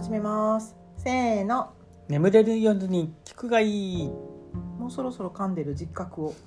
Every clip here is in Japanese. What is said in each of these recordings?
始めます。せーの。 眠れる夜に聞くがいい。 もうそろそろ噛んでる実覚を。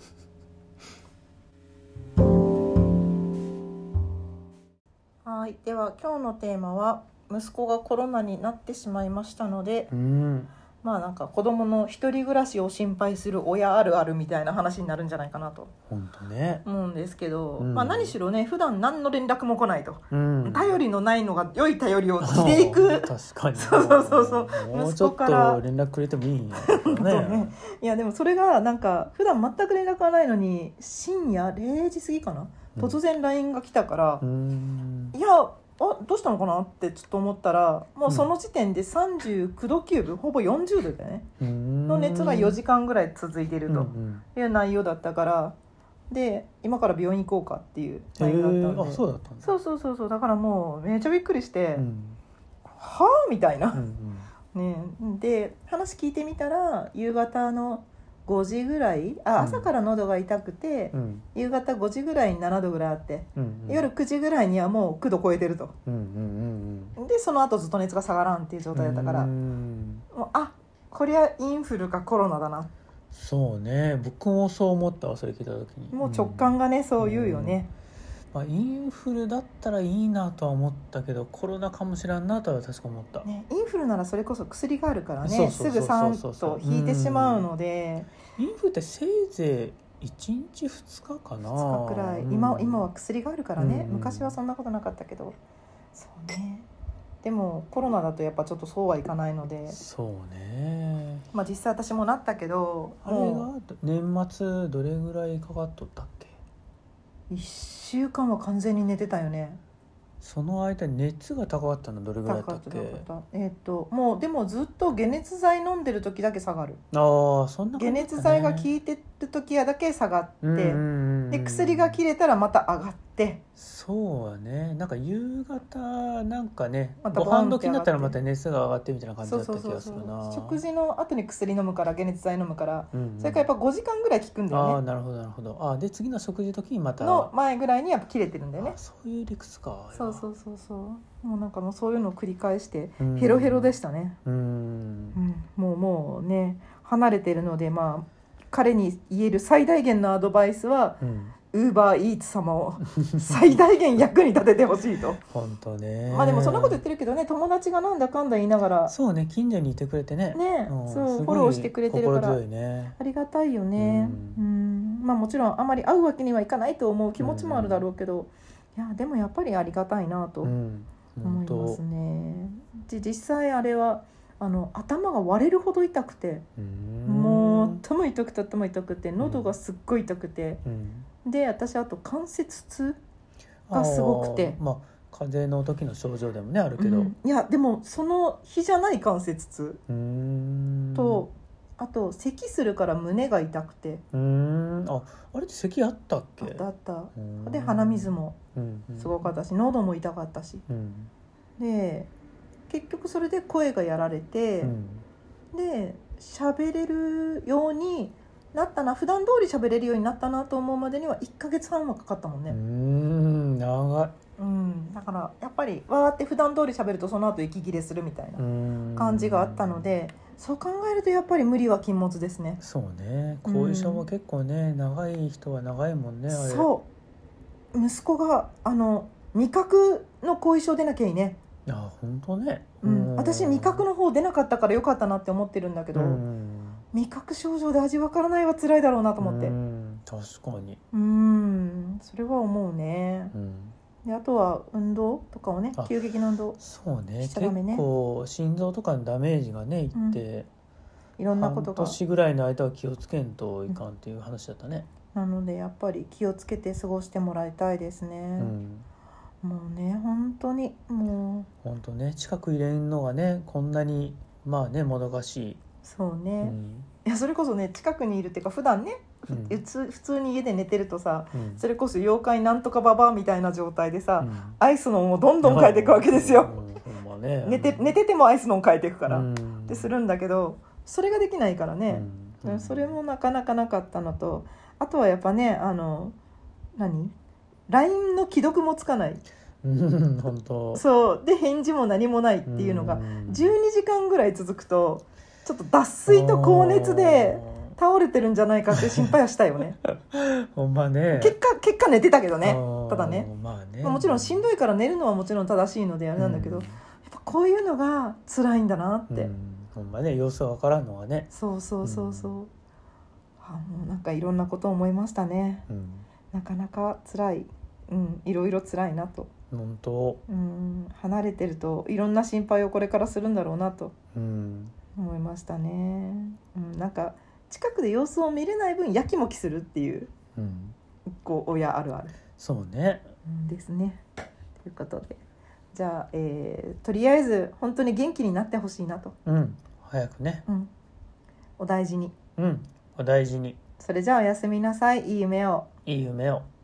はい、では今日のテーマは息子がコロナになってしまいましたので、まあなんか子供の一人暮らしを心配する親あるあるみたいな話になるんじゃないかなと本当ね。 思うんですけど、まあ何しろね、普段何の連絡も来ないと、頼りのないのが良い頼りをしていく。 確かに。 そうもうちょっと連絡くれてもいいんやね。 いやでもそれがなんか普段全く連絡がないのに深夜0時過ぎかな、突然 LINE が来たから、いやどうしたのかなってちょっと思ったら、もうその時点で39度9分、ほぼ40度だよねの熱が4時間ぐらい続いているという内容だったから、で今から病院行こうかっていう内容だったんで、 そうだったんだ。 そうだからもうめっちゃびっくりして、はぁみたいな、ね、で話聞いてみたら夕方の5時ぐらい、朝から喉が痛くて、夕方5時ぐらいに7度ぐらいあって、夜9時ぐらいにはもう9度超えてると、でその後ずっと熱が下がらんっていう状態だったから、もうこりゃインフルかコロナだな。 そうね、僕もそう思ったわ、それ聞いた時に。 もう直感がね、そう言うよね。 インフルだったらいいなとは思ったけど、コロナかもしれんなとは確か思った、 ね、インフルならそれこそ薬があるからね、すぐさんと引いてしまうので、 インフルってせいぜい1日2日かな、 2日くらい、今は薬があるからね、昔はそんなことなかったけど、そうね。でもコロナだとやっぱちょっとそうはいかないので、 そうね。 実際私もなったけど、 あれが年末どれぐらいかかっとったっけ。 1週間は完全に寝てたよね。 その間熱が高かったのどれぐらいだったっけ。 もうでもずっと解熱剤飲んでる時だけ下がる。 そんな感じだったね。 解熱剤が効いてる時だけ下がって、で薬が切れたらまた上がって、 そうね、なんか夕方なんかね、 またご飯時になったらまた熱が上がってみたいな感じだった気がするな。 食事の後に薬飲むから、解熱剤飲むから、それからやっぱ5時間ぐらい効くんだよね。 なるほど。で次の食事時にまたの前ぐらいにやっぱ切れてるんだよね。 そういう理屈か。 そうもうなんかもうそういうのを繰り返してヘロヘロでしたね。もうね離れてるので、彼に言える最大限のアドバイスは、UberEats 様を最大限役に立ててほしいと。 本当ね。 でもそんなこと言ってるけどね、友達がなんだかんだ言いながら、 そうね、近所にいてくれてね、 そうフォローしてくれてるから、ありがたいよね。もちろんあまり会うわけにはいかないと思う気持ちもあるだろうけど、いやでもやっぱりありがたいなと思いますね。実際あれは頭が割れるほど痛くて、もう頭痛くて喉がすっごい痛くて、で私あと関節痛がすごくて、 風邪の時の症状でもねあるけど、 いやでもその日じゃない関節痛と、あと咳するから胸が痛くて、 あれって咳あったっけ。 あった。で鼻水もすごかったし、喉も痛かったし、で結局それで声がやられて、で喋れるようになったな、普段通り喋れるようになったなと思うまでには1ヶ月半はかかったもんね。 長い。 だからやっぱりわーって普段通り喋るとその後息切れするみたいな感じがあったので、そう考えるとやっぱり無理は禁物ですね。 そうね、後遺症も結構ね、長い人は長いもんね。あれそう息子が味覚の後遺症出なきゃいいね。 本当ね、 私味覚の方出なかったからよかったなって思ってるんだけど、味覚症状で味わからないは辛いだろうなと思って。 確かにそれは思うね。であとは運動とかをね、急激な運動そうね、 しちゃダメね。 結構心臓とかのダメージがねいって、 いろんなことが、 半年ぐらいの間は気をつけんといかんっていう話だったね。 なのでやっぱり気をつけて過ごしてもらいたいですね。もうね本当に本当ね、近く入れんのがねこんなにもどかしい。 そうね、いやそれこそね近くにいるっていうか、普段ね普通に家で寝てるとさ、それこそ妖怪なんとかババアみたいな状態でさ、アイスのンをどんどん変えていくわけですよ。寝ててもアイスのン変えていくから、でするんだけど、それができないからね、それもなかなかなかったのと、あとはやっぱねLINE の既読もつかない。 本当そうで返事も何もないっていうのが12時間ぐらい続くとちょっと脱水と高熱で倒れてるんじゃないかって心配はしたよねほんまね。 結果寝てたけどね。ただね、 まあね、 もちろんしんどいから寝るのはもちろん正しいのであれなんだけど、やっぱこういうのが辛いんだなって、 ほんまね、様子が分からんのがね。 そう、もうなんかいろんなことを思いましたね、なかなか辛い、いろいろ辛いなと。 本当、 離れてるといろんな心配をこれからするんだろうなと思いましたね、なんか近くで様子を見れない分やきもきするっていう、こう親あるあるそうね、 ですね。ということでじゃあ、とりあえず本当に元気になってほしいなと、 早くね、 お大事に、 お大事に。 それじゃあおやすみなさい。いい夢を。 いい夢を。